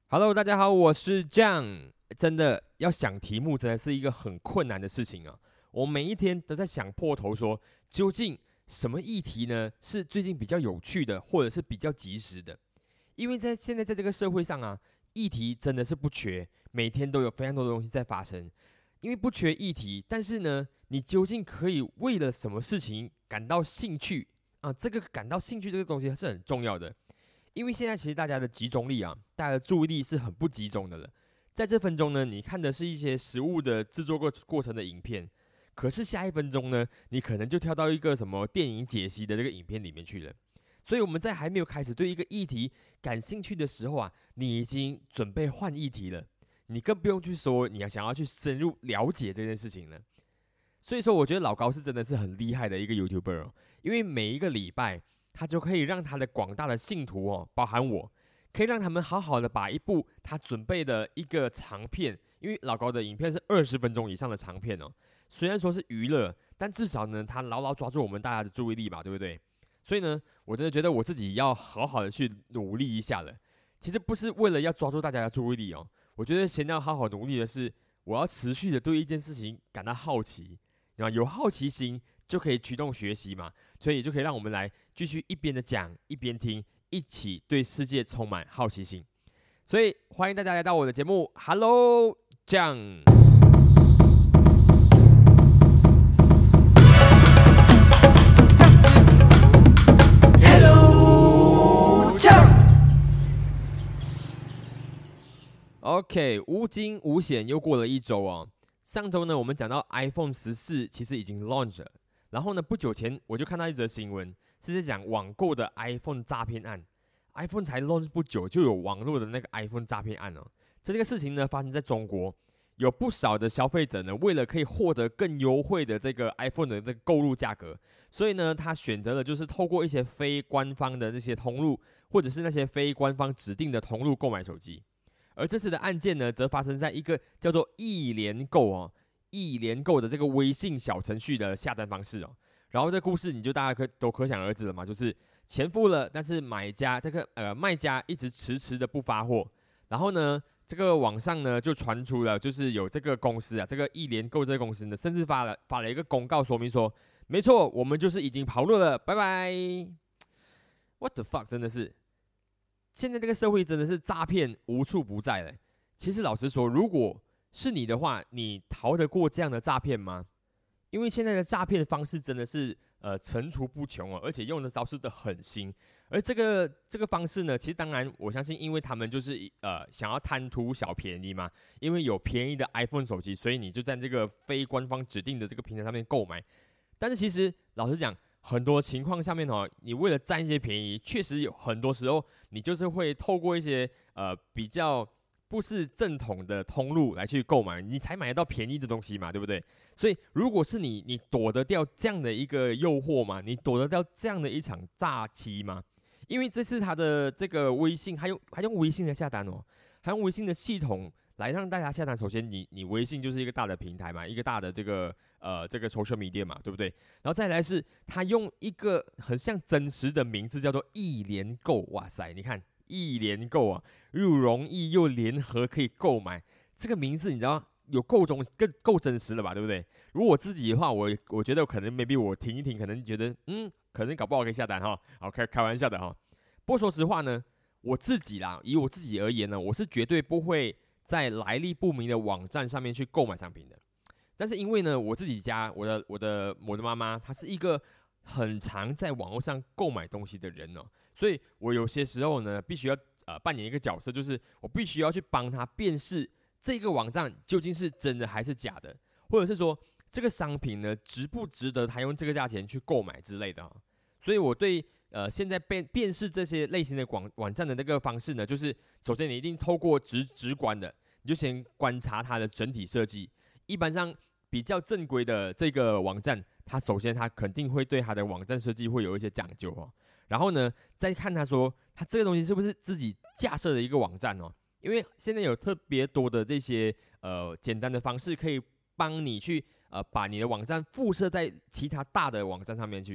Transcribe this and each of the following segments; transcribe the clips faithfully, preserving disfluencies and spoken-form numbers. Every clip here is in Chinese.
Hello，大家好，我是 John。真的要想题目，真的是一个很困难的事情啊。我每一天都在想破头说，究竟什么议题呢是最近比较有趣的，或者是比较及时的？因为在现在在这个社会上啊，议题真的是不缺，每天都有非常多的东西在发生。因为不缺议题，但是呢，你究竟可以为了什么事情感到兴趣啊？这个感到兴趣这个东西是很重要的。因为现在其实大家的集中力啊，大家的注意力是很不集中的了。在这分钟呢，你看的是一些食物的制作过过程的影片，可是下一分钟呢，你可能就跳到一个什么电影解析的这个影片里面去了。所以我们在还没有开始对一个议题感兴趣的时候啊，你已经准备换议题了，你更不用去说你要想要去深入了解这件事情了。所以说，我觉得老高是真的是很厉害的一个 YouTuber 哦，因为每一个礼拜他就可以让他的广大的信徒哦，包含我，可以让他们好好的把一部他准备的一个长片，因为老高的影片是二十分钟以上的长片哦，虽然说是娱乐，但至少呢，他牢牢抓住我们大家的注意力吧，对不对？所以呢，我真的觉得我自己要好好的去努力一下了。其实不是为了要抓住大家的注意力哦，我觉得先要好好努力的是，我要持续的对一件事情感到好奇，啊，有好奇心就可以驱动学习嘛，所以就可以让我们来继续一边的讲一边听，一起对世界充满好奇心。所以欢迎大家来到我的节目 ，Hello， 这样。OK， 无惊无险又过了一周哦。上周呢，我们讲到 iPhone 十四其实已经 launch 了，然后呢，不久前我就看到一则新闻，是在讲网购的 iPhone 诈骗案。iPhone 才 launch 不久，就有网络的那个 iPhone 诈骗案哦。这个事情呢，发生在中国，有不少的消费者呢，为了可以获得更优惠的这个 iPhone 的这个购入价格，所以呢，他选择了就是透过一些非官方的那些通路，或者是那些非官方指定的通路购买手机。而这次的案件呢，则发生在一个叫做易联购哦，易联购的这个微信小程序的下单方式哦。然后这故事你就大家可都可想而知了嘛，就是钱付了，但是买家这个呃卖家一直迟迟的不发货。然后呢，这个网上呢就传出了，就是有这个公司啊，这个易联购这个公司呢，甚至发了发了一个公告说明说，没错，我们就是已经跑路了，拜拜。What the fuck， 真的是。现在这个社会真的是诈骗无处不在了。其实老实说，如果是你的话，你逃得过这样的诈骗吗？因为现在的诈骗方式真的是呃层出不穷哦，而且用的招式都很新。而这个这个方式呢，其实当然我相信，因为他们就是呃想要贪图小便宜嘛，因为有便宜的 iPhone 手机，所以你就在这个非官方指定的这个平台上面购买。但是其实老实讲，很多情况下面哦，你为了占一些便宜，确实有很多时候你就是会透过一些呃比较不是正统的通路来去购买，你才买得到便宜的东西嘛，对不对？所以如果是你，你躲得掉这样的一个诱惑吗？你躲得掉这样的一场诈欺吗？因为这次他的这个微信，他用他用微信的下单哦，他用微信的系统来让大家下单。首先你，你微信就是一个大的平台嘛，一个大的这个呃这个 social media 嘛，对不对？然后再来是他用一个很像真实的名字叫做易联购，哇塞，你看易联购啊，又容易又联合可以购买，这个名字你知道有够中更够真实了吧，对不对？如果我自己的话，我我觉得可能 maybe 我听一听，可能觉得嗯，可能搞不好可以下单哈，好开开玩笑的哈。不过说实话呢，我自己啦，以我自己而言呢，我是绝对不会在来历不明的网站上面去购买商品的。但是因为呢，我自己家我的我的我的妈妈，她是一个很常在网络上购买东西的人哦，所以我有些时候呢，必须要呃扮演一个角色，就是我必须要去帮她辨识这个网站究竟是真的还是假的，或者是说这个商品呢值不值得她用这个价钱去购买之类的哦。所以我对呃现在辨辨识这些类型的网网站的那个方式呢，就是首先你一定透过直直观的，你就先观察它的整体设计，一般上比较正规的这个网站，它首先它肯定会对它的网站设计会有一些讲究哦。然后呢，再看它说它这个东西是不是自己架设的一个网站哦。因为现在有特别多的这些呃简单的方式，可以帮你去呃把你的网站附设在其他大的网站上面去。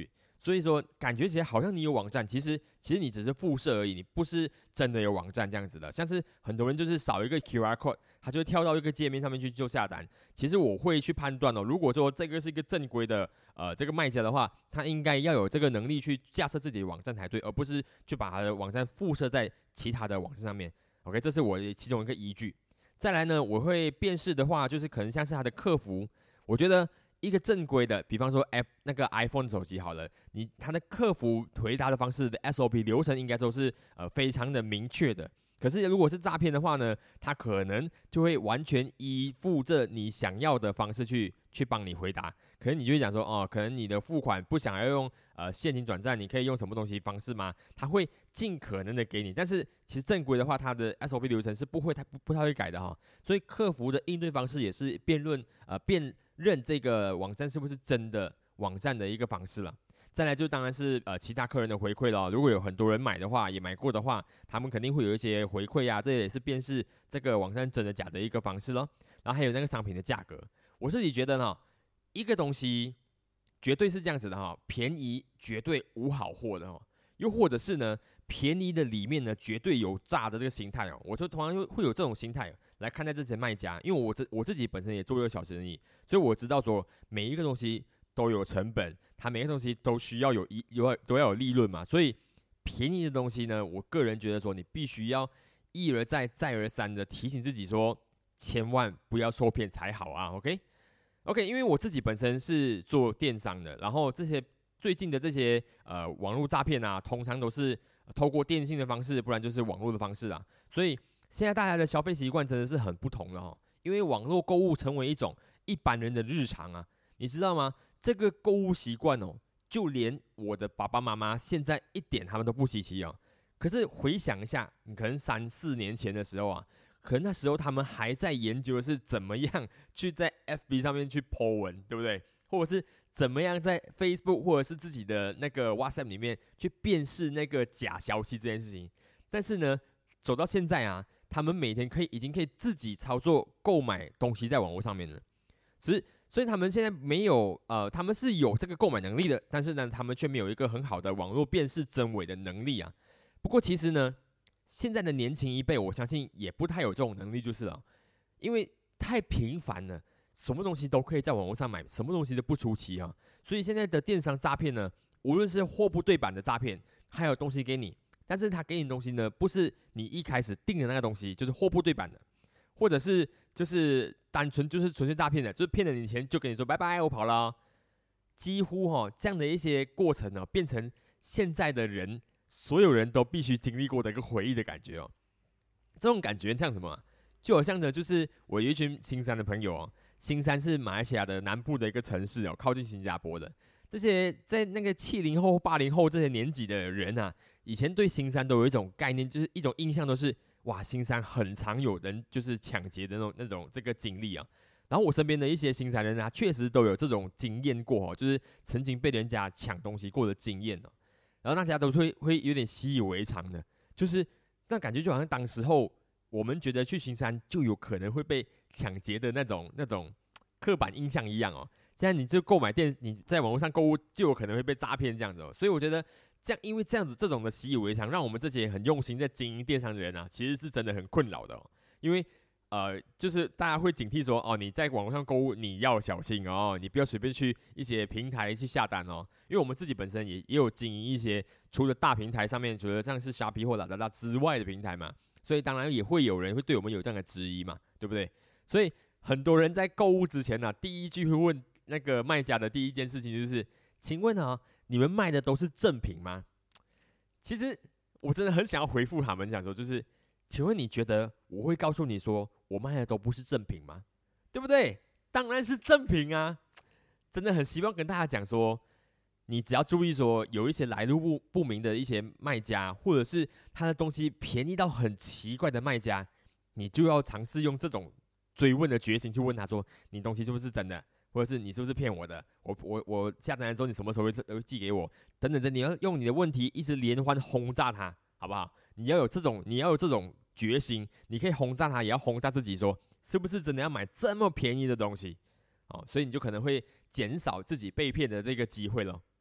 所以说感觉起来好像你有网站，其实其实你只是辐射而已，你不是真的有网站这样子的。像是很多人就是扫一个 Q R code， 他就会跳到一个界面上面去就下单。其实我会去判断哦，如果说这个是一个正规的呃这个卖家的话，他应该要有这个能力去架设自己的网站才对，而不是就把他的网站附设在其他的网站上面。OK， 这是我其中一个依据。再来呢，我会辨识的话，就是可能像是他的客服，我觉得。一个正规的，比方说 App 那个 iPhone 手机好了，你它的客服回答的方式的 S O P 流程应该都是呃非常的明确的。可是如果是诈骗的话呢，它可能就会完全依附着你想要的方式去去帮你回答。可能你就会讲说，哦，可能你的付款不想要用呃现金转账，你可以用什么东西方式吗？它会尽可能的给你，但是其实正规的话，它的 S O P 流程是不会太不不太会改的哈。所以客服的应对方式也是辩论呃辩。认这个网站是不是真的网站的一个方式了。再来就当然是呃其他客人的回馈了。如果有很多人买的话，也买过的话，他们肯定会有一些回馈啊，这也是辨识这个网站真的假的一个方式咯。然后还有那个商品的价格，我自己觉得呢，一个东西绝对是这样子的哈，便宜绝对无好货的哈，又或者是呢，便宜的里面呢绝对有诈的这个心态哦，我就通常会有这种心态来看待这些卖家，因为我自我自己本身也做一个小生意，所以我知道说每一个东西都有成本，它每个东西都需要有一有都要有利润嘛，所以便宜的东西呢，我个人觉得说你必须要一而再再而三的提醒自己说，千万不要受骗才好啊 ，OK OK， 因为我自己本身是做电商的，然后这些最近的这些呃网络诈骗啊，通常都是透过电信的方式，不然就是网络的方式啊，所以。现在大家的消费习惯真的是很不同的哦，因为网络购物成为一种一般人的日常啊，你知道吗？这个购物习惯哦，就连我的爸爸妈妈现在一点他们都不稀奇哦。可是回想一下，你可能三四年前的时候啊，可能那时候他们还在研究的是怎么样去在 F B 上面去 po 文，对不对？或者是怎么样在 Facebook 或者是自己的那个 WhatsApp 里面去辨识那个假消息这件事情。但是呢，走到现在啊。他们每天可以已经可以自己操作购买东西在网络上面了，所以所以他们现在没有呃，他们是有这个购买能力的，但是呢，他们却没有一个很好的网络辨识真伪的能力啊。不过其实呢，现在的年轻一辈，我相信也不太有这种能力就是了，因为太频繁了，什么东西都可以在网络上买，什么东西都不出奇啊。所以现在的电商诈骗呢，无论是货不对版的诈骗，还有东西给你。但是他给你的东西呢，不是你一开始订的那个东西，就是货不对版的，或者是就是单纯就是纯粹诈骗的，就是骗了你钱就跟你说拜拜，我跑了、哦。几乎哈、哦、这样的一些过程呢、哦，变成现在的人所有人都必须经历过的一个回忆的感觉哦。这种感觉像什么、啊？就好像呢，就是我有一群新山的朋友哦，新山是马来西亚的南部的一个城市哦，靠近新加坡的。这些在那个七零后、八零后这些年纪的人啊。以前对新山都有一种概念，就是一种印象，都是哇，新山很常有人就是抢劫的那种那种这个经历啊。然后我身边的一些新山人啊，确实都有这种经验过哦，就是曾经被人家抢东西过的经验哦。然后大家都会会有点习以为常的，就是那感觉就好像当时候我们觉得去新山就有可能会被抢劫的那种那种刻板印象一样哦。现在你就购买电，你在网络上购物就有可能会被诈骗这样子哦。所以我觉得。这样，因为这样子这种的习以为常，让我们这些很用心在经营电商的人啊，其实是真的很困扰的、哦。因为呃，就是大家会警惕说，哦，你在网络上购物你要小心哦，你不要随便去一些平台去下单哦。因为我们自己本身也也有经营一些除了大平台上面，除了像是 Shopee 或 Lazada 之外的平台嘛，所以当然也会有人会对我们有这样的质疑嘛，对不对？所以很多人在购物之前呢、啊，第一句会问那个卖家的第一件事情就是，请问啊。你们卖的都是正品吗？其实我真的很想要回复他们，讲说就是，请问你觉得我会告诉你说我卖的都不是正品吗？对不对？当然是正品啊！真的很希望跟大家讲说，你只要注意说，有一些来路不不明的一些卖家，或者是他的东西便宜到很奇怪的卖家，你就要尝试用这种追问的决心去问他说，你东西是不是真的？或者是你是不是骗我的？我我我下单之后你什么时候会寄给我？等等的，你要用你的问题一直连环轰炸他，好不好？你要有这种，你要有这种决心，你可以轰炸他，也要轰炸自己说，是不是真的要买这么便宜的东西？哦，所以你就可能会减少自己被骗的这个机会了。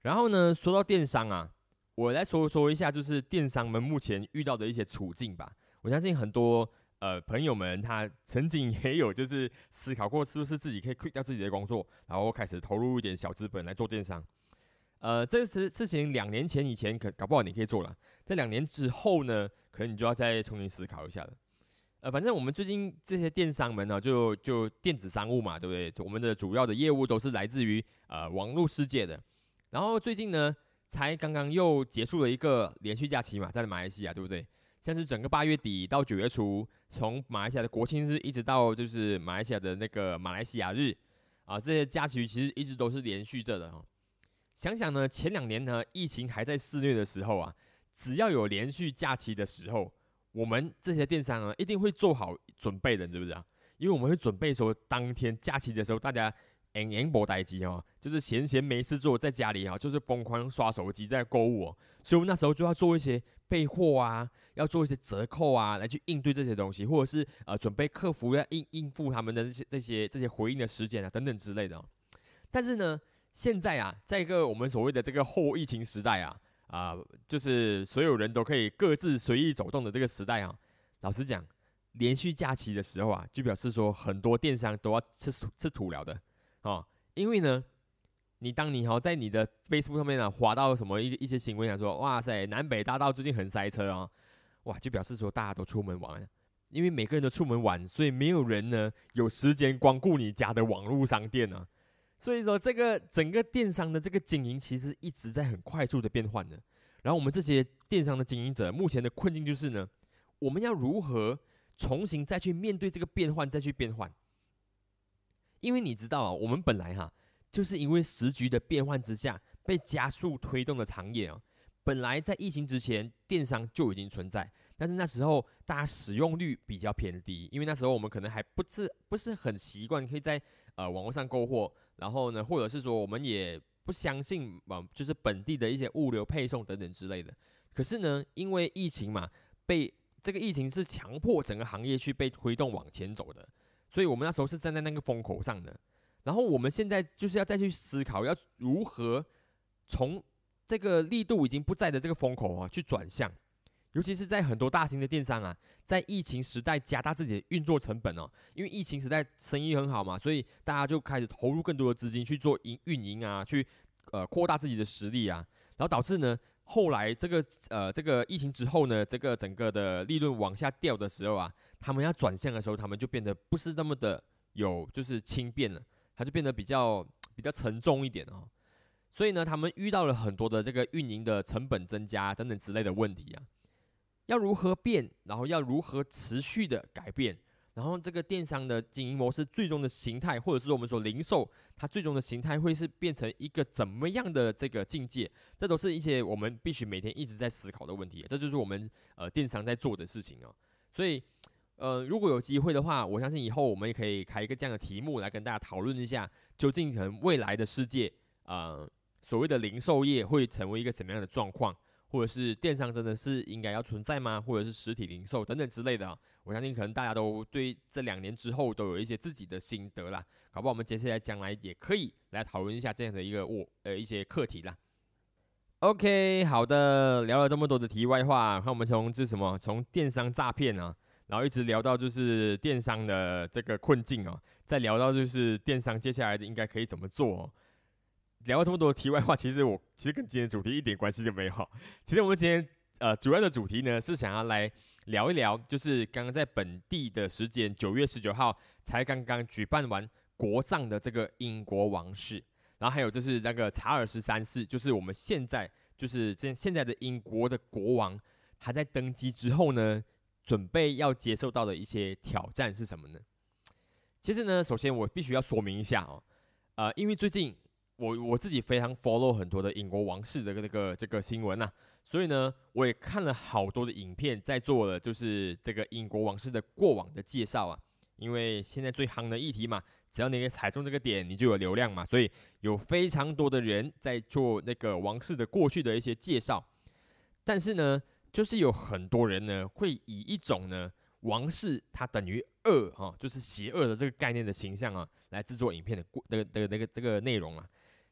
然后呢，说到电商啊，我来说说一下，就是电商们目前遇到的一些处境吧。我相信很多呃朋友们他曾经也有就是思考过，是不是自己可以 quit 掉自己的工作，然后开始投入一点小资本来做电商。呃，这个事事情两年前以前可搞不好你可以做了，在两年之后呢，可能你就要再重新思考一下了。呃，反正我们最近这些电商们呢，就就电子商务嘛，对不对？我们的主要的业务都是来自于呃网络世界的。然后最近呢，才刚刚又结束了一个连续假期嘛，在马来西亚，对不对？像是整个八月底到九月初，从马来西亚的国庆日一直到就是马来西亚的那个马来西亚日啊，这些假期其实一直都是连续着的哈。想想呢，前两年呢，疫情还在肆虐的时候啊，只要有连续假期的时候，我们这些电商呢，一定会做好准备的，对不对啊？因为我们会准备说，当天假期的时候，大家闲闲无代志哦，就是闲闲没事做，在家里啊，就是疯狂刷手机在购物哦。所以我们那时候就要做一些备货啊，要做一些折扣啊，来去应对这些东西，或者是呃准备客服要应应付他们的这些这些这些回应的时间啊，等等之类的哦。但是呢，现在啊，在一个我们所谓的这个后疫情时代啊，啊、呃，就是所有人都可以各自随意走动的这个时代啊，老实讲，连续假期的时候啊，就表示说很多电商都要吃吃土了的哦，因为呢，你当你哦在你的 Facebook 上面啊滑到什么一一些新闻，想说哇塞，南北大道最近很塞车哦，哇，就表示说大家都出门玩。因为每个人都出门玩，所以没有人呢有时间光顾你家的网络商店啊。所以说，这个整个电商的这个经营其实一直在很快速的变换的。然后我们这些电商的经营者，目前的困境就是呢，我们要如何重新再去面对这个变换，再去变换？因为你知道啊，我们本来哈，就是因为时局的变换之下，被加速推动的行业啊。本来在疫情之前，电商就已经存在，但是那时候大家使用率比较偏低，因为那时候我们可能还不是不是很习惯可以在呃网络上购货。然后呢，或者是说我们也不相信啊，就是本地的一些物流配送等等之类的。可是呢，因为疫情嘛，被这个疫情是强迫整个行业去被推动往前走的，所以我们那时候是站在那个风口上的。然后我们现在就是要再去思考，要如何从这个力度已经不在的这个风口啊去转向。尤其是在很多大型的电商啊，在疫情时代加大自己的运作成本哦，因为疫情时代生意很好嘛，所以大家就开始投入更多的资金去做营运营啊，去呃扩大自己的实力啊，然后导致呢，后来这个呃这个疫情之后呢，这个整个的利润往下掉的时候啊，他们要转向的时候，他们就变得不是那么的有就是轻便了，它就变得比较比较沉重一点哦。所以呢，他们遇到了很多的这个运营的成本增加等等之类的问题啊。要如何变，然后要如何持续的改变，然后这个电商的经营模式最终的形态，或者是我们说零售，它最终的形态会是变成一个怎么样的这个境界？这都是一些我们必须每天一直在思考的问题，这就是我们呃电商在做的事情哦。所以呃，如果有机会的话，我相信以后我们也可以开一个这样的题目来跟大家讨论一下，究竟可能未来的世界，呃，所谓的零售业会成为一个怎么样的状况？或者是电商真的是应该要存在吗？或者是实体零售等等之类的、啊，我相信可能大家都对这两年之后都有一些自己的心得啦。搞不好我们接下来将来也可以来讨论一下这样的一个我呃一些课题啦。OK， 好的，聊了这么多的题外话，看我们从这什么，从电商诈骗啊，然后一直聊到就是电商的这个困境哦、啊，再聊到就是电商接下来的应该可以怎么做、哦。聊了这么多的题外话，其实我其实跟今天的主题一点关系都没有。其实我们今天呃主要的主题呢是想要来聊一聊，就是刚刚在本地的时间九月十九号才刚刚举办完国葬的这个英国王室，然后还有就是那个查尔斯三世，就是我们现在就是现现在的英国的国王，他在登基之后呢，准备要接受到的一些挑战是什么呢？其实呢，首先我必须要说明一下哦，呃，因为最近。我我自己非常 follow 很多的英国王室的这个这个新闻呐、啊，所以呢，我也看了好多的影片，在做了就是这个英国王室的过往的介绍啊。因为现在最夯的议题嘛，只要你可以踩中这个点，你就有流量嘛，所以有非常多的人在做那个王室的过去的一些介绍。但是呢，就是有很多人呢，会以一种呢王室它等于恶哈、哦，就是邪恶的这个概念的形象啊，来制作影片的那个那个那个这个内容啊。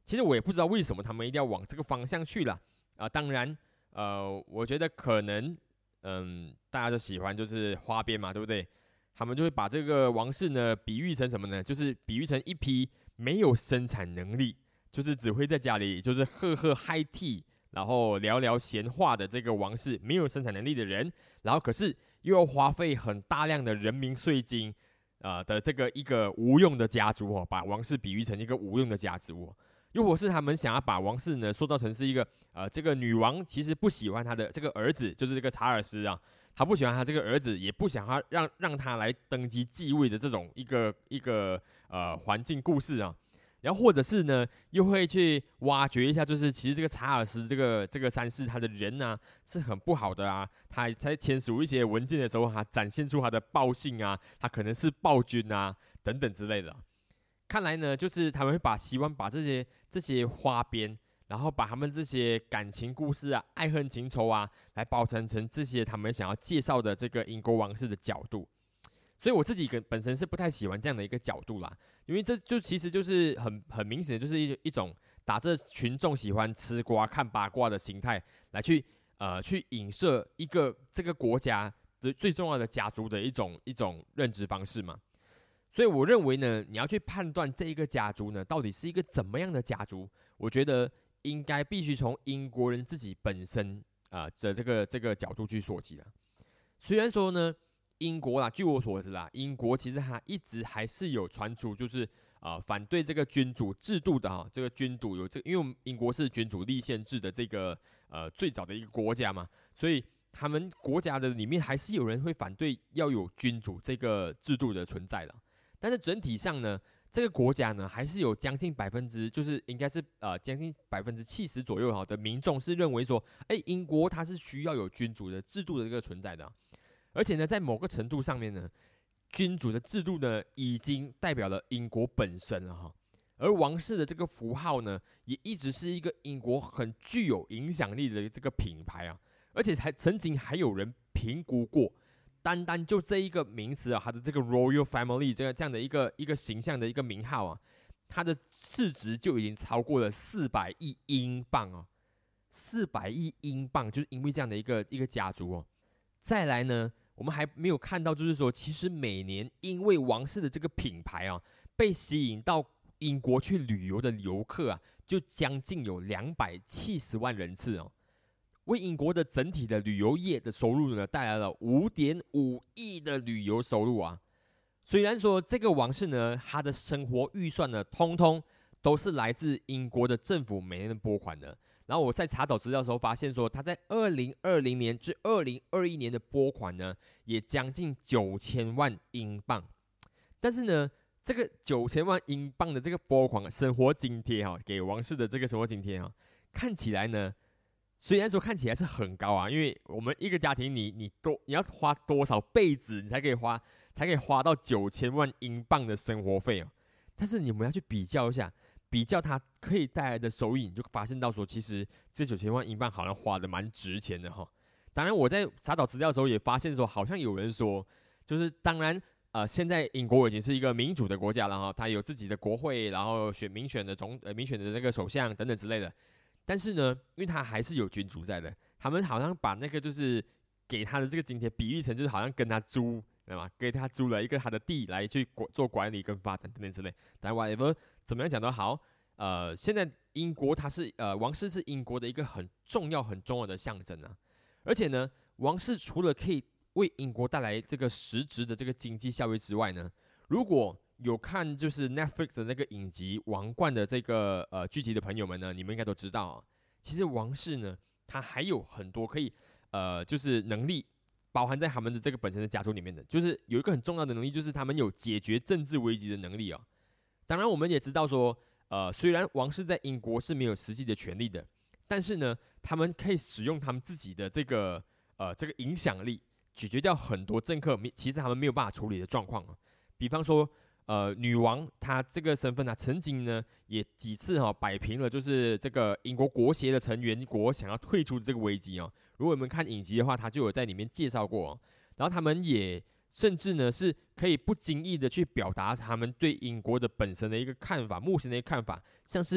其实我也不知道为什么他们一定要往这个方向去啦。啊、呃，当然，呃，我觉得可能，嗯，大家都喜欢就是花边嘛，对不对？他们就会把这个王室呢比喻成什么呢？就是比喻成一批没有生产能力，就是只会在家里就是喝喝嗨 tea，然后聊聊闲话的这个王室，没有生产能力的人，然后可是又要花费很大量的人民税金，呃的这个一个无用的家族哦，把王室比喻成一个无用的家族哦。又或是他们想要把王室呢塑造成是一个呃，这个女王其实不喜欢她的这个儿子，就是这个查尔斯啊，她不喜欢他这个儿子，也不想他让让他来登基继位的这种一个一个呃环境故事啊。然后或者是呢，又会去挖掘一下，就是其实这个查尔斯这个这个三世他的人啊是很不好的啊，他在签署一些文件的时候，他展现出他的暴性啊，他可能是暴君啊等等之类的。看来呢，就是他们会把希望把这些这些花边，然后把他们这些感情故事啊、爱恨情仇啊，来包装成这些他们想要介绍的这个英国王室的角度。所以我自己跟本身是不太喜欢这样的一个角度啦，因为这就其实就是很很明显的就是一一种打着群众喜欢吃瓜看八卦的心态来去呃去影射一个这个国家的最重要的家族的一种一种认知方式嘛。所以我认为呢，你要去判断这一个家族呢到底是一个怎么样的家族，我觉得应该必须从英国人自己本身啊、呃、的这个这个角度去说起的。虽然说呢。英国啦，据我所知啦，英国其实它一直还是有传出，就是呃反对这个君主制度的哈，这个君主有这个，因为我们英国是君主立宪制的这个呃最早的一个国家嘛，所以他们国家的里面还是有人会反对要有君主这个制度的存在的。但是整体上呢，这个国家呢还是有将近百分之，就是应该是呃将近百分之七十左右哈的民众是认为说，哎，英国它是需要有君主的制度的这个存在的。而且呢，在某个程度上面呢，君主的制度呢，已经代表了英国本身了哈。而王室的这个符号呢，也一直是一个英国很具有影响力的这个品牌啊。而且还曾经还有人评估过，单单就这一个名词啊，它的这个 Royal Family 这个这样的一个一个形象的一个名号啊，它的市值就已经超过了四百亿英镑哦，四百亿英镑，就是因为这样的一个一个家族哦。再来呢。我们还没有看到，就是说，其实每年因为王室的这个品牌啊，被吸引到英国去旅游的游客啊，就将近有两百七十万人次哦，为英国的整体的旅游业的收入呢，带来了五点五亿的旅游收入啊。虽然说这个王室呢，他的生活预算呢，通通都是来自英国的政府每年的拨款的。然后我在查找资料的时候发现说，他在二零二零年至二零二一年的拨款呢，也将近九千万英镑。但是呢，这个九千万英镑的这个拨款生活津贴哈，给王室的这个生活津贴哈，看起来呢，虽然说看起来是很高啊，因为我们一个家庭你你多你要花多少辈子你才可以花才可以花到九千万英镑的生活费哦。但是你们要去比较一下。比较它可以带来的收益，你就发现到说，其实这九千万英镑好像花的蛮值钱的哈。当然，我在查找资料的时候也发现说，好像有人说，就是当然，呃，现在英国已经是一个民主的国家了哈，它有自己的国会，然后选民选的总呃民选的这个首相等等之类的。但是呢，因为它还是有君主在的，他们好像把那个就是给他的这个津贴比喻成就是好像跟他租，对吗？给他租了一个他的地来去做管理跟发展等等之类。但 whatever。怎么样讲都好，呃，现在英国它是呃王室是英国的一个很重要很重要的象征啊，而且呢，王室除了可以为英国带来这个实质的这个经济效益之外呢，如果有看就是 Netflix 的那个影集《王冠》的这个呃剧集的朋友们呢，你们应该都知道啊，其实王室呢，它还有很多可以呃就是能力。包含在他们的这个本身的家族里面的，就是有一个很重要的能力，就是他们有解决政治危机的能力啊、哦。当然，我们也知道说，呃，虽然王室在英国是没有实际的权利的，但是呢，他们可以使用他们自己的这个呃这个影响力，解决掉很多政客其实他们没有办法处理的状况啊。比方说，呃，女王她这个身份呢，曾经呢也几次哈、哦、摆平了，就是这个英国国协的成员国想要退出这个危机哦。如果我们看影集的话，他就有在里面介绍过、哦，然后他们也。甚至呢，是可以不经意的去表达他们对英国的本身的一个看法，目前的一个看法，像是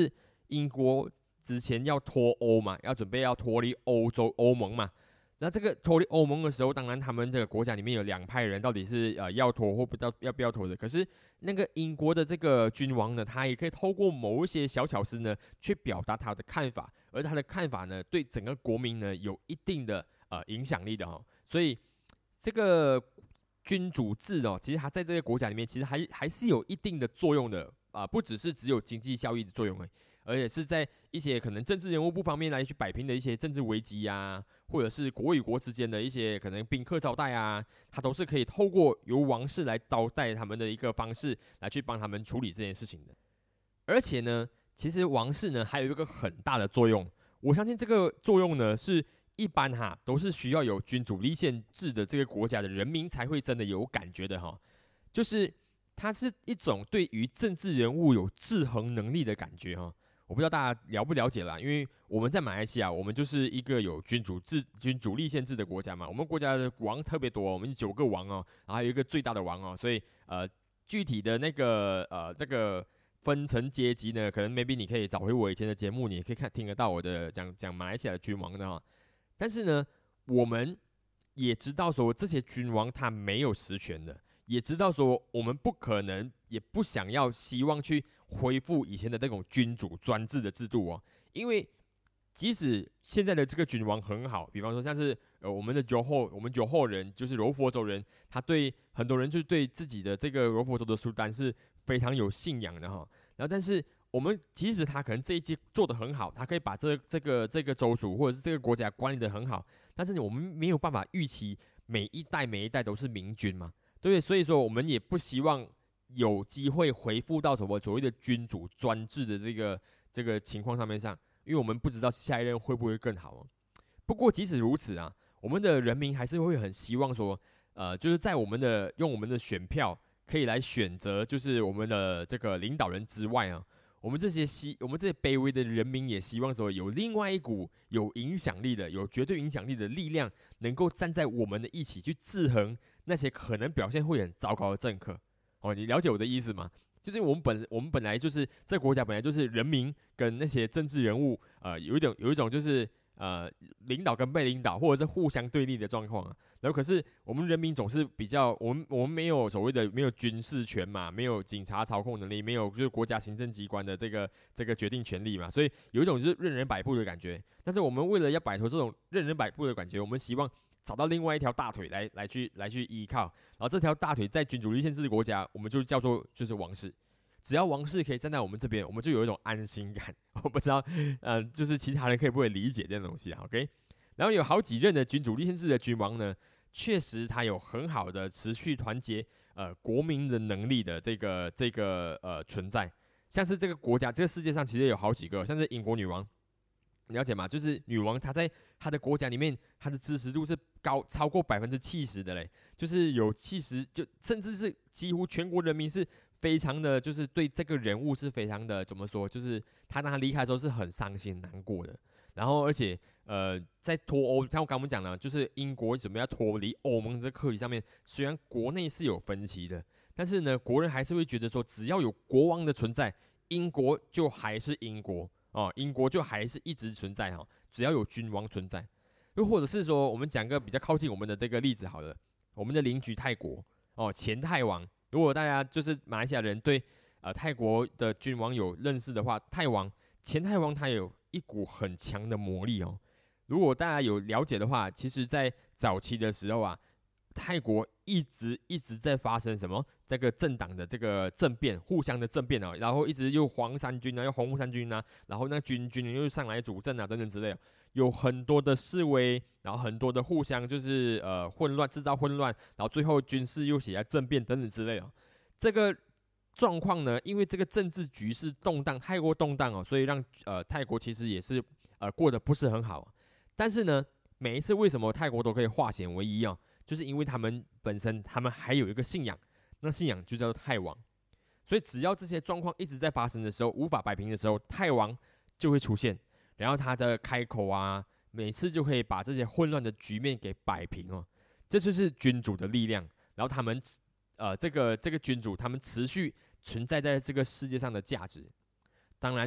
英国之前要脱欧嘛，要准备要脱离欧洲欧盟嘛。那这个脱离欧盟的时候，当然他们这个国家里面有两派人，到底是呃要脱或不要要不要脱的。可是那个英国的这个君王呢，他也可以透过某一些小巧思呢，去表达他的看法，而他的看法呢，对整个国民呢有一定的呃影响力的哈。所以这个君主制哦，其实它在这个国家里面，其实还还是有一定的作用的啊、呃，不只是只有经济效益的作用而已。而且是在一些可能政治人物不方面来去摆平的一些政治危机啊，或者是国与国之间的一些可能宾客招待啊，它都是可以透过由王室来招待他们的一个方式来去帮他们处理这件事情的。而且呢，其实王室呢还有一个很大的作用，我相信这个作用呢是一般哈都是需要有君主立宪制的这个国家的人民才会真的有感觉的哈，就是它是一种对于政治人物有制衡能力的感觉哈。我不知道大家了不了解啦，因为我们在马来西亚，我们就是一个有君主制、君主立宪制的国家嘛。我们国家的王特别多，我们九个王哦，然后还有一个最大的王哦，所以呃，具体的那个呃这个分层阶级呢，可能 maybe 你可以找回我以前的节目，你也可以看听得到我的讲讲马来西亚的君王的哈。但是呢，我们也知道说这些君王他没有实权的。也知道说，我们不可能，也不想要，希望去恢复以前的那种君主专制的制度哦。因为即使现在的这个君王很好，比方说像是呃我们的九后，我们九后人就是柔佛州人，他对很多人就是对自己的这个柔佛州的苏丹是非常有信仰的哈。然后，但是我们即使他可能这一季做得很好，他可以把这这个这个州属或者是这个国家管理得很好，但是我们没有办法预期每一代每一代都是明君嘛。对，所以说我们也不希望有机会回复到什么所谓的君主专制的这个这个情况上面上，因为我们不知道下一任会不会更好、哦。不过即使如此啊，我们的人民还是会很希望说，呃，就是在我们的用我们的选票可以来选择，就是我们的这个领导人之外啊，我们这些希我们这些卑微的人民也希望说，有另外一股有影响力的、有绝对影响力的力量，能够站在我们的一起去制衡那些可能表现会很糟糕的政客。哦，你了解我的意思吗？就是我们本我们本来就是这个国家本来就是人民跟那些政治人物，呃，有一种有一种就是呃领导跟被领导，或者是互相对立的状况啊。然后可是我们人民总是比较，我们我们没有所谓的没有军事权嘛，没有警察操控能力，没有就是国家行政机关的这个这个决定权利嘛，所以有一种就是任人摆布的感觉。但是我们为了要摆脱这种任人摆布的感觉，我们希望找到另外一条大腿来来去来去依靠，然后这条大腿在君主立宪制的国家，我们就叫做就是王室。只要王室可以站在我们这边，我们就有一种安心感。我不知道，呃，就是其他人可以不可以理解这种东西啊 ？OK。然后有好几任的君主立宪制的君王呢，确实他有很好的持续团结呃国民的能力的这个这个呃存在。像是这个国家，这个世界上其实有好几个，像是英国女王，你了解吗？就是女王她在她的国家里面，她的支持度是高超过百分之七十的嘞，就是有七十，就甚至是几乎全国人民是非常的，就是对这个人物是非常的怎么说？就是他当他离开的时候是很伤心难过的。然后而且呃，在脱欧，像我刚刚讲了，就是英国准备要脱离欧盟这个课题上面，虽然国内是有分歧的，但是呢，国人还是会觉得说，只要有国王的存在，英国就还是英国哦，英国就还是一直存在哈，只要有君王存在。又或者是说，我们讲个比较靠近我们的这个例子好了，我们的邻居泰国哦，前泰王。如果大家就是马来西亚人对呃泰国的君王有认识的话，泰王前泰王他有一股很强的魔力哦。如果大家有了解的话，其实在早期的时候啊，泰国一直一直在发生什么这个政党的这个政变，互相的政变哦，然后一直又黄衫军啊，又红衫军啊，然后那军军又上来主政啊，等等之类的，有很多的示威，然后很多的互相就是呃混乱，制造混乱，然后最后军事又起来政变等等之类的。这个状况呢，因为这个政治局势动荡，太过动荡哦，所以让呃泰国其实也是呃过得不是很好。但是呢，每一次为什么泰国都可以化险为夷哦？就是因为他们本身他们还有一个信仰，那信仰就叫做泰王。所以只要这些状况一直在发生的时候，无法摆平的时候，泰王就会出现，然后他的开口啊，每次就可以把这些混乱的局面给摆平哦。这就是君主的力量，然后他们呃这个这个君主他们持续存在在这个世界上的价值。当然，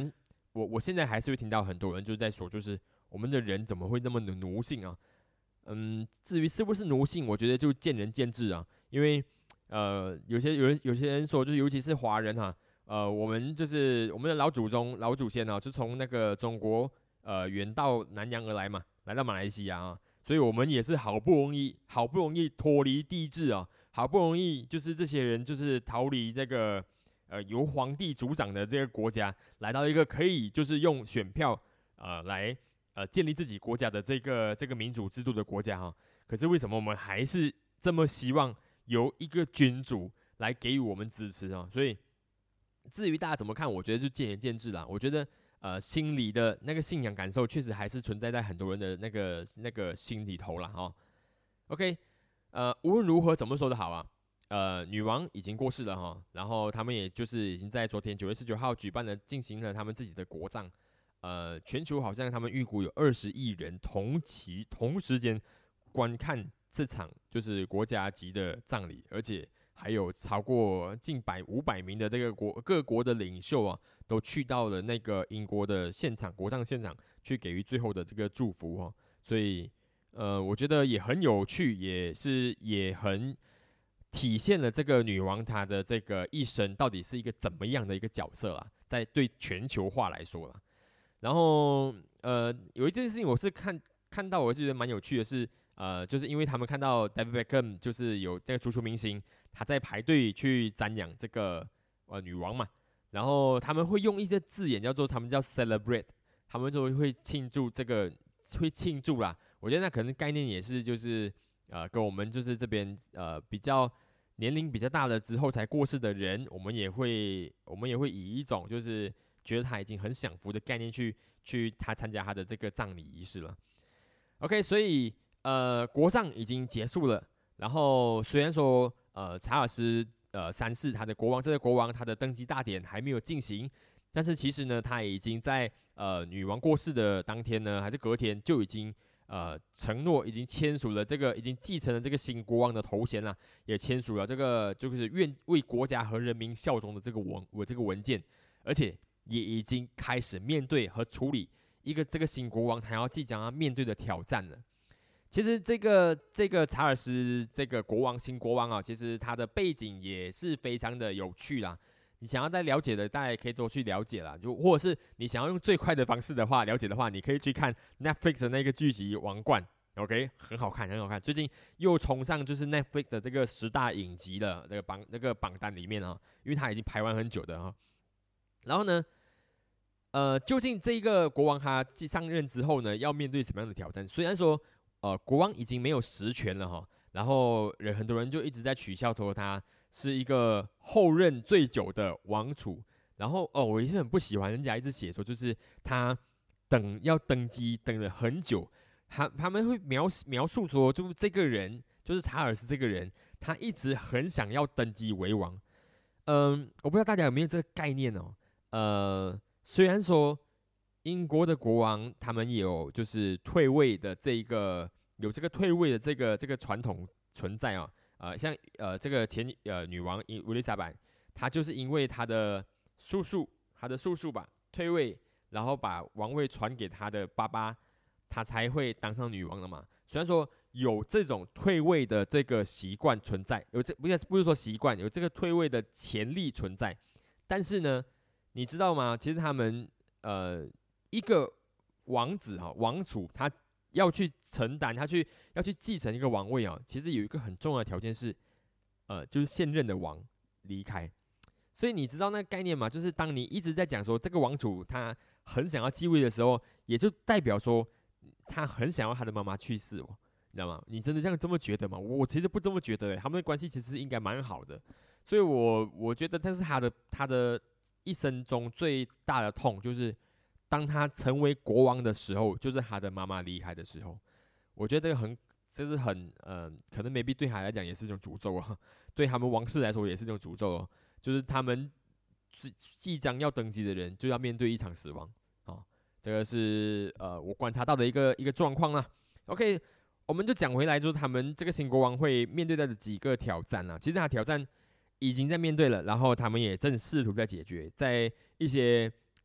我我现在还是会听到很多人就在说，就是我们的人怎么会那么的奴性啊？嗯，至于是不是奴性，我觉得就见仁见智啊。因为呃，有些有人有些人说，就是尤其是华人哈、啊，呃，我们就是我们的老祖宗老祖先啊，就从那个中国呃远道南洋而来嘛，来到马来西亚啊，所以我们也是好不容易好不容易脱离帝制啊，好不容易就是这些人就是逃离这个呃由皇帝主掌的这个国家，来到一个可以就是用选票呃来呃建立自己国家的这个这个民主制度的国家哈。可是为什么我们还是这么希望由一个君主来给予我们支持啊？所以至于大家怎么看，我觉得就见仁见智啦。我觉得呃心里的那个信仰感受确实还是存在在很多人的那个那个心里头啦哈。OK，呃无论如何怎么说的好啊？呃，女王已经过世了哈，然后他们也就是已经在昨天九月十九号举办了进行了他们自己的国葬。呃，全球好像他们预估有二十亿人同期同时间观看这场就是国家级的葬礼，而且还有超过近百五百名的这个国各国的领袖啊，都去到了那个英国的现场国葬现场去给予最后的这个祝福哦。所以呃，我觉得也很有趣，也是也很体现了这个女王她的这个一生到底是一个怎么样的一个角色啦，在对全球化来说啦。然后呃，有一件事情我是看看到，我觉得蛮有趣的是，呃，就是因为他们看到 David Beckham 就是有这个足球明星，他在排队去瞻仰这个呃女王嘛，然后他们会用一些字眼叫做他们叫 celebrate，他们就会庆祝这个会庆祝啦。我觉得那可能概念也是就是呃跟我们就是这边呃比较年龄比较大了之后才过世的人，我们也会我们也会以一种就是觉得他已经很享福的概念去去他参加他的这个葬礼仪式了。OK， 所以呃国葬已经结束了，然后虽然说呃查尔斯呃三世他的国王这个国王他的登基大典还没有进行，但是其实呢他已经在呃女王过世的当天呢还是隔天就已经呃承诺已经签署了这个已经继承了这个新国王的头衔了，也签署了这个就是愿为国家和人民效忠的这个文我这个文件，而且也已经开始面对和处理一个这个新国王他要即将要面对的挑战了。其实这个这个查尔斯这个国王新国王啊，其实他的背景也是非常的有趣啦。你想要再了解的，大家也可以多去了解啦。就或者是你想要用最快的方式的话，了解的话，你可以去看 Netflix 的那个剧集《王冠》，OK， 很好看，很好看。最近又冲上就是 Netflix 的这个十大影集的那个榜那个榜单里面啊，因为他已经排完很久的哈。然后呢？呃，究竟这一个国王他上任之后呢，要面对什么样的挑战？虽然说，呃，国王已经没有实权了哈，然后人很多人就一直在取笑说他是一个后任最久的王储。然后哦，我也是很不喜欢人家一直写说，就是他等要登基等了很久，他他们会描描述说，就这个人就是查尔斯这个人，他一直很想要登基为王。嗯，我不知道大家有没有这个概念哦，呃。虽然说英国的国王他们有就是退位的这一个有这个退位的这个这个传统存在啊，呃，像呃这个前呃女王伊丽莎白，她就是因为她的叔叔，她的叔叔吧退位，然后把王位传给她的爸爸，她才会当上女王的嘛。虽然说有这种退位的这个习惯存在，有这不是不是说习惯，有这个退位的潜力存在，但是呢。你知道吗？其实他们呃一个王子哈王储，他要去承担，他去要去继承一个王位啊，其实有一个很重要的条件是，呃，就是现任的王离开。所以你知道那个概念吗？就是当你一直在讲说这个王储他很想要继位的时候，也就代表说他很想要他的妈妈去世哦，你知道吗？你真的这样这么觉得吗？我其实不这么觉得，他们的关系其实应该蛮好的。所以我我觉得这是他的他的。一生中最大的痛，就是当他成为国王的时候，就是他的妈妈离开的时候。我觉得这个很，这是很，呃，可能 maybe 对他来讲也是一种诅咒啊，对他们王室来说也是一种诅咒哦。就是他们即将要登基的人，就要面对一场死亡啊、哦。这个是呃我观察到的一个一个状况啦。OK， 我们就讲回来，就是他们这个新国王会面对到的几个挑战啊。其实他挑战已经在面对了，然后他们也正试图在解决，在一些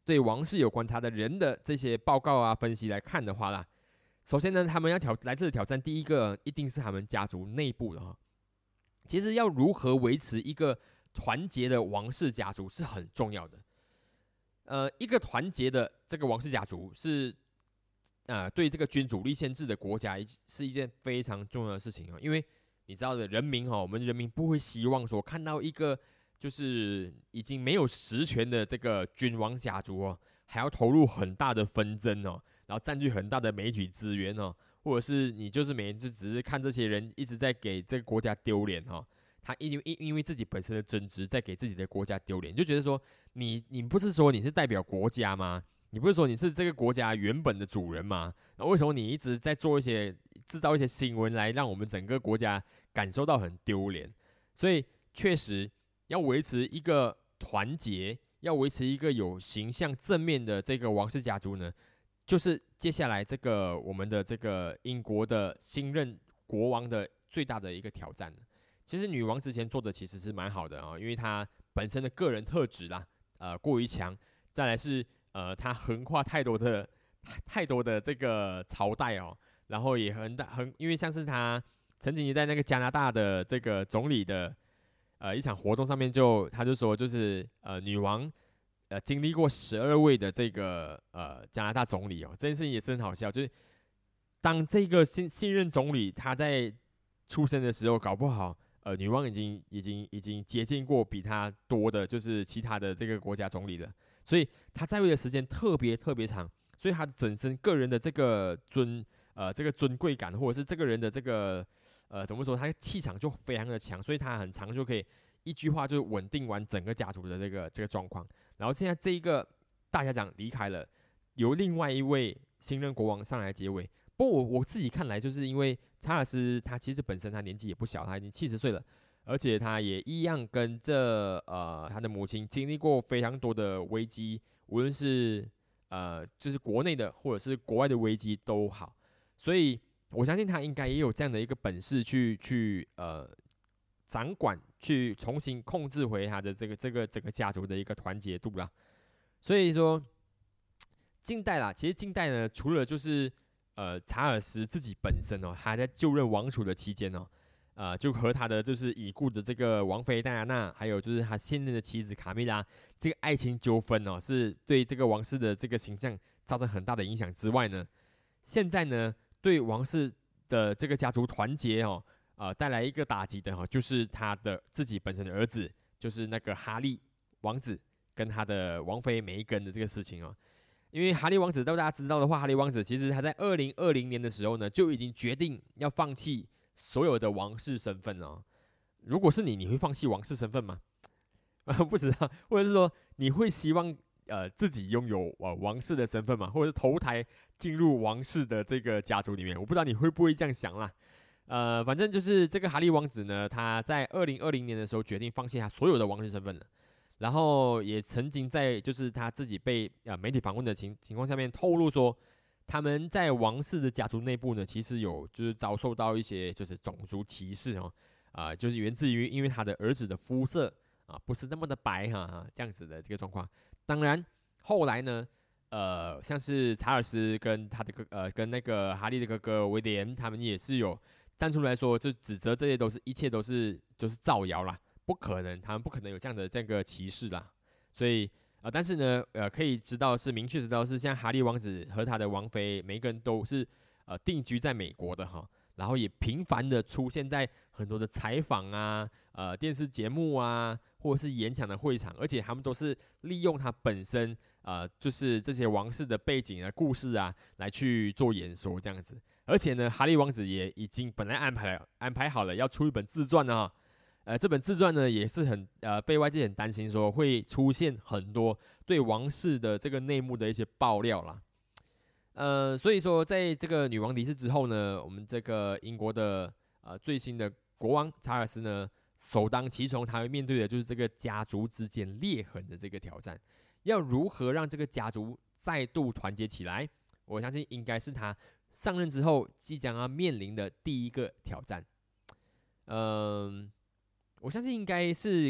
对王室有观察的人的这些报告啊、分析来看的话啦，首先呢，他们要挑来自的挑战，第一个一定是他们家族内部的哈。其实要如何维持一个团结的王室家族是很重要的。呃，一个团结的这个王室家族是，呃，对这个君主立宪制的国家是一件非常重要的事情啊。因为你知道的，人民哈，我们人民不会希望说看到一个就是已经没有实权的这个君王家族哦，还要投入很大的纷争哦，然后占据很大的媒体资源哦，或者是你就是每天就只是看这些人一直在给这个国家丢脸哈。他因因因为自己本身的争执，在给自己的国家丢脸，就觉得说你你不是说你是代表国家吗？你不是说你是这个国家原本的主人吗？那为什么你一直在做一些制造一些新闻来让我们整个国家感受到很丢脸？所以确实要维持一个团结，要维持一个有形象正面的这个王室家族呢，就是接下来这个我们的这个英国的新任国王的最大的一个挑战。其实女王之前做的其实是蛮好的啊、哦，因为她本身的个人特质啦，呃，过于强。再来是呃，她横跨太多的太多的这个朝代哦，然后也很大很，因为像是她曾经也在那个加拿大的这个总理的呃一场活动上面就，他就说就是呃女王呃经历过十二位的这个呃加拿大总理哦，这件事情也是很好笑，就是当这个新新任总理他在出生的时候，搞不好。呃，女王已经已经已经接近过比她多的，就是其他的这个国家总理了，所以她在位的时间特别特别长，所以她整身个人的这个尊呃这个尊贵感，或者是这个人的这个呃怎么说，他气场就非常的强，所以他很长就可以一句话就稳定完整个家族的这个这个状况。然后现在这一个大家长离开了，由另外一位新任国王上来接位。不过我我自己看来，就是因为查尔斯他其实本身他年纪也不小，他已经七十岁了，而且他也一样跟这呃他的母亲经历过非常多的危机，无论是呃就是国内的或者是国外的危机都好，所以我相信他应该也有这样的一个本事去去呃掌管，去重新控制回他的这个这个整个家族的一个团结度啦。所以说近代啦，其实近代呢，除了就是呃，查尔斯自己本身哦，他在就任王储的期间哦，呃，就和他的就是已故的这个王妃戴安娜，还有就是他现任的妻子卡米拉，这个爱情纠纷哦，是对这个王室的这个形象造成很大的影响之外呢，现在呢，对王室的这个家族团结哦，呃，带来一个打击的哈、哦，就是他的自己本身的儿子，就是那个哈利王子跟他的王妃梅根的这个事情哦。因为哈利王子，如果大家知道的话，哈利王子其实他在二零二零年的时候呢，就已经决定要放弃所有的王室身份哦。如果是你，你会放弃王室身份吗？不知道，或者是说你会希望呃自己拥有呃王室的身份吗？或者是投胎进入王室的这个家族里面？我不知道你会不会这样想啦。呃，反正就是这个哈利王子呢，他在二零二零年的时候决定放弃他所有的王室身份了。然后也曾经在就是他自己被呃媒体访问的情情况下面透露说，他们在王室的家族内部呢，其实有就是遭受到一些就是种族歧视哦，啊、呃，就是源自于因为他的儿子的肤色啊不是那么的白哈、啊、这样子的这个状况。当然后来呢，呃，像是查尔斯跟他的哥呃跟那个哈利的哥哥威廉，他们也是有站出来说，就指责这些都是一切都是就是造谣啦。不可能，他们不可能有这样的这个歧视啦，所以呃，但是呢，呃，可以知道是明确知道是，像哈利王子和他的王妃梅根都是呃定居在美国的哈，然后也频繁的出现在很多的采访啊、呃电视节目啊，或者是演讲的会场，而且他们都是利用他本身呃就是这些王室的背景啊、故事啊来去做演说这样子，而且呢，哈利王子也已经本来安排了安排好了要出一本自传啊。呃，这本自传呢也是很呃被外界很担心说会出现很多对王室的这个内幕的一些爆料啦。呃，所以说在这个女王离世之后呢，我们这个英国的呃最新的国王查尔斯呢，首当其冲，他会面对的就是这个家族之间裂痕的这个挑战，要如何让这个家族再度团结起来？我相信应该是他上任之后即将要面临的第一个挑战。嗯、呃。我相信应该是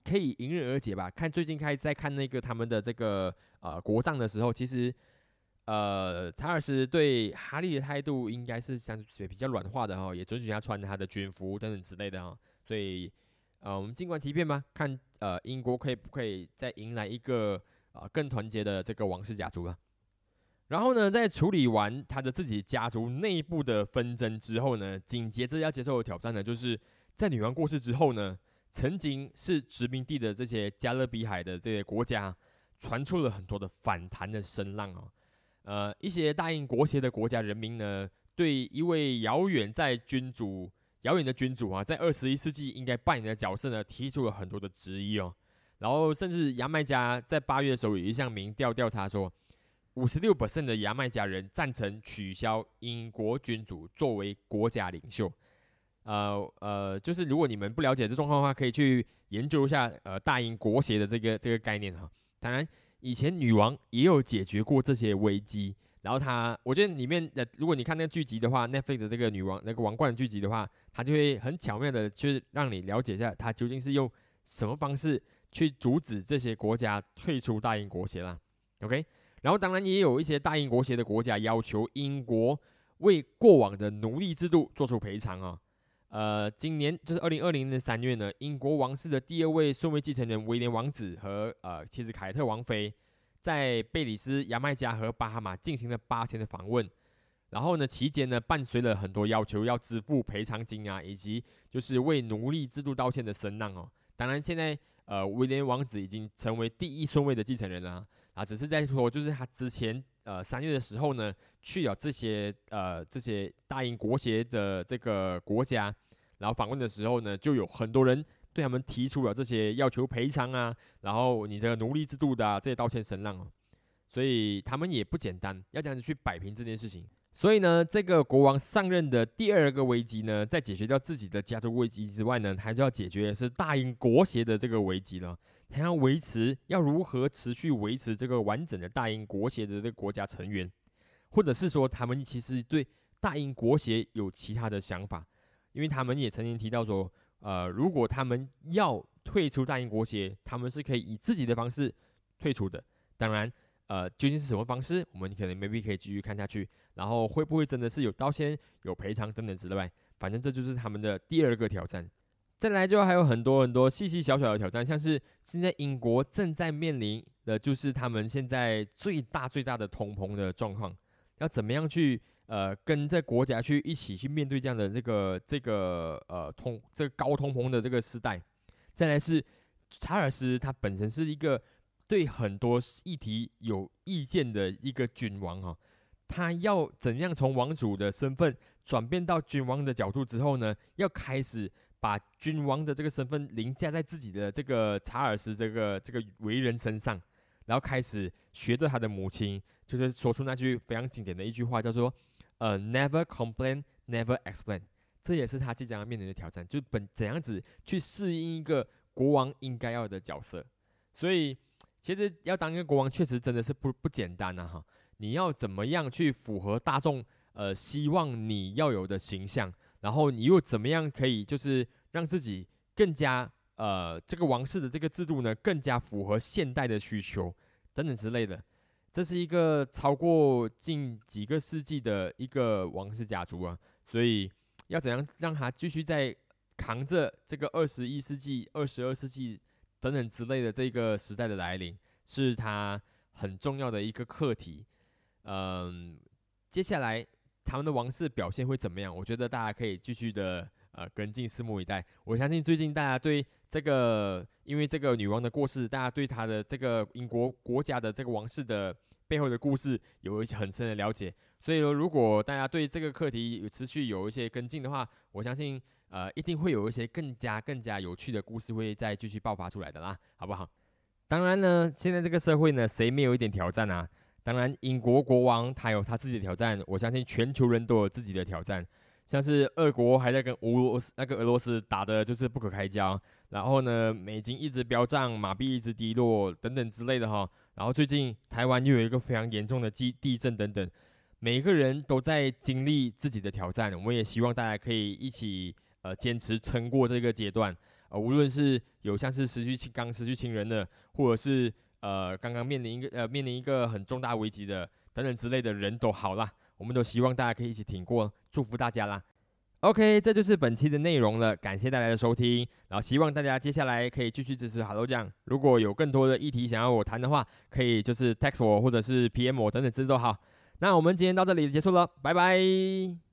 可以迎刃而解吧。看最近开在看那个他们的这个呃国葬的时候，其实呃查尔斯对哈利的态度应该是相对比较软化的哈，也准许他穿他的军服等等之类的哈。所以呃我们静观其变吧，看呃英国可以不可以再迎来一个呃更团结的这个王室家族了。然后呢，在处理完他的自己家族内部的纷争之后呢，紧接着要接受的挑战呢，就是在女王过世之后呢，曾经是殖民地的这些加勒比海的这些国家，传出了很多的反弹的声浪哦。呃，一些大英国协的国家人民呢，对一位遥远在君主、遥远的君主啊，在二十一世纪应该扮演的角色呢，提出了很多的质疑哦。然后，甚至牙买加在八月的时候有一项民调调查说，百分之五十六 的牙买加人赞成取消英国君主作为国家领袖。呃呃，就是如果你们不了解这状况的话，可以去研究一下呃大英国协的这个这个概念哈。当然，以前女王也有解决过这些危机。然后她，我觉得里面的，如果你看那个剧集的话 ，Netflix 的这个女王那个王冠的剧集的话，它就会很巧妙的，就是让你了解一下她究竟是用什么方式去阻止这些国家退出大英国协啦。OK。然后当然也有一些大英国协的国家要求英国为过往的奴隶制度做出赔偿啊。呃，今年就是二零二零年三月呢，英国王室的第二位顺位继承人威廉王子和呃妻子凯特王妃在贝里斯、牙买加和巴哈马进行了八天的访问。然后呢，期间呢伴随了很多要求要支付赔偿金啊，以及就是为奴隶制度道歉的声浪哦。当然现在呃威廉王子已经成为第一顺位的继承人了啊。啊，只是在说，就是他之前呃三月的时候呢，去了这些呃这些大英国协的这个国家，然后访问的时候呢，就有很多人对他们提出了这些要求赔偿啊，然后你这个奴隶制度的、啊、这些道歉声浪哦，所以他们也不简单，要这样子去摆平这件事情。所以呢，这个国王上任的第二个危机呢，在解决掉自己的家族危机之外呢，还就要解决的是大英国协的这个危机了。他要维持，要如何持续维持这个完整的大英国协的这个国家成员，或者是说他们其实对大英国协有其他的想法，因为他们也曾经提到说，呃，如果他们要退出大英国协，他们是可以以自己的方式退出的。当然，呃，究竟是什么方式，我们可能 maybe 可以继续看下去，然后会不会真的是有道歉、有赔偿等等之类，反正这就是他们的第二个挑战。再来就还有很多很多细细小小的挑战，像是现在英国正在面临的就是他们现在最大最大的通膨的状况，要怎么样去呃跟这国家去一起去面对这样的这个这个呃通这个高通膨的这个时代。再来是查尔斯他本身是一个对很多议题有意见的一个君王哈、哦，他要怎样从王主的身份转变到君王的角度之后呢？要开始把君王的这个身份凌驾在自己的这个查尔斯这个这个为人身上，然后开始学着他的母亲，就是说出那句非常经典的一句话，叫做呃 “never complain, never explain”。这也是他即将要面临的挑战，就本怎样子去适应一个国王应该要的角色。所以，其实要当一个国王，确实真的是不不简单啊！哈，你要怎么样去符合大众呃希望你要有的形象？然后你又怎么样可以就是让自己更加呃这个王室的这个制度呢更加符合现代的需求等等之类的。这是一个超过近几个世纪的一个王室家族啊，所以要怎样让他继续在扛着这个二十一世纪、二十二世纪等等之类的这个时代的来临，是他很重要的一个课题。嗯，接下来他们的王室表现会怎么样？我觉得大家可以继续的呃跟进，拭目以待。我相信最近大家对这个，因为这个女王的过世，大家对她的这个英国国家的这个王室的背后的故事有一些很深的了解。所以如果大家对这个课题有持续有一些跟进的话，我相信呃一定会有一些更加更加有趣的故事会再继续爆发出来的啦，好不好？当然呢，现在这个社会呢，谁没有一点挑战啊？当然，英国国王他有他自己的挑战，我相信全球人都有自己的挑战。像是俄国还在跟俄罗斯那个俄罗斯打的就是不可开交，然后呢，美金一直飙涨，马币一直低落等等之类的哈。然后最近台湾又有一个非常严重的地地震等等，每一个人都在经历自己的挑战。我们也希望大家可以一起呃坚持撑过这个阶段。 呃，无论是有像是失去亲刚失去亲人的，或者是呃刚刚面临一个呃面临一个很重大危机的等等之类的人都好啦，我们都希望大家可以一起挺过，祝福大家啦。OK，这就是本期的内容了，感谢大家的收听，然后希望大家接下来可以继续支持 Hello 酱。如果有更多的议题想要我谈的话，可以就是 text 我或者是 P M 我等等之类都好。那我们今天到这里结束了，拜拜。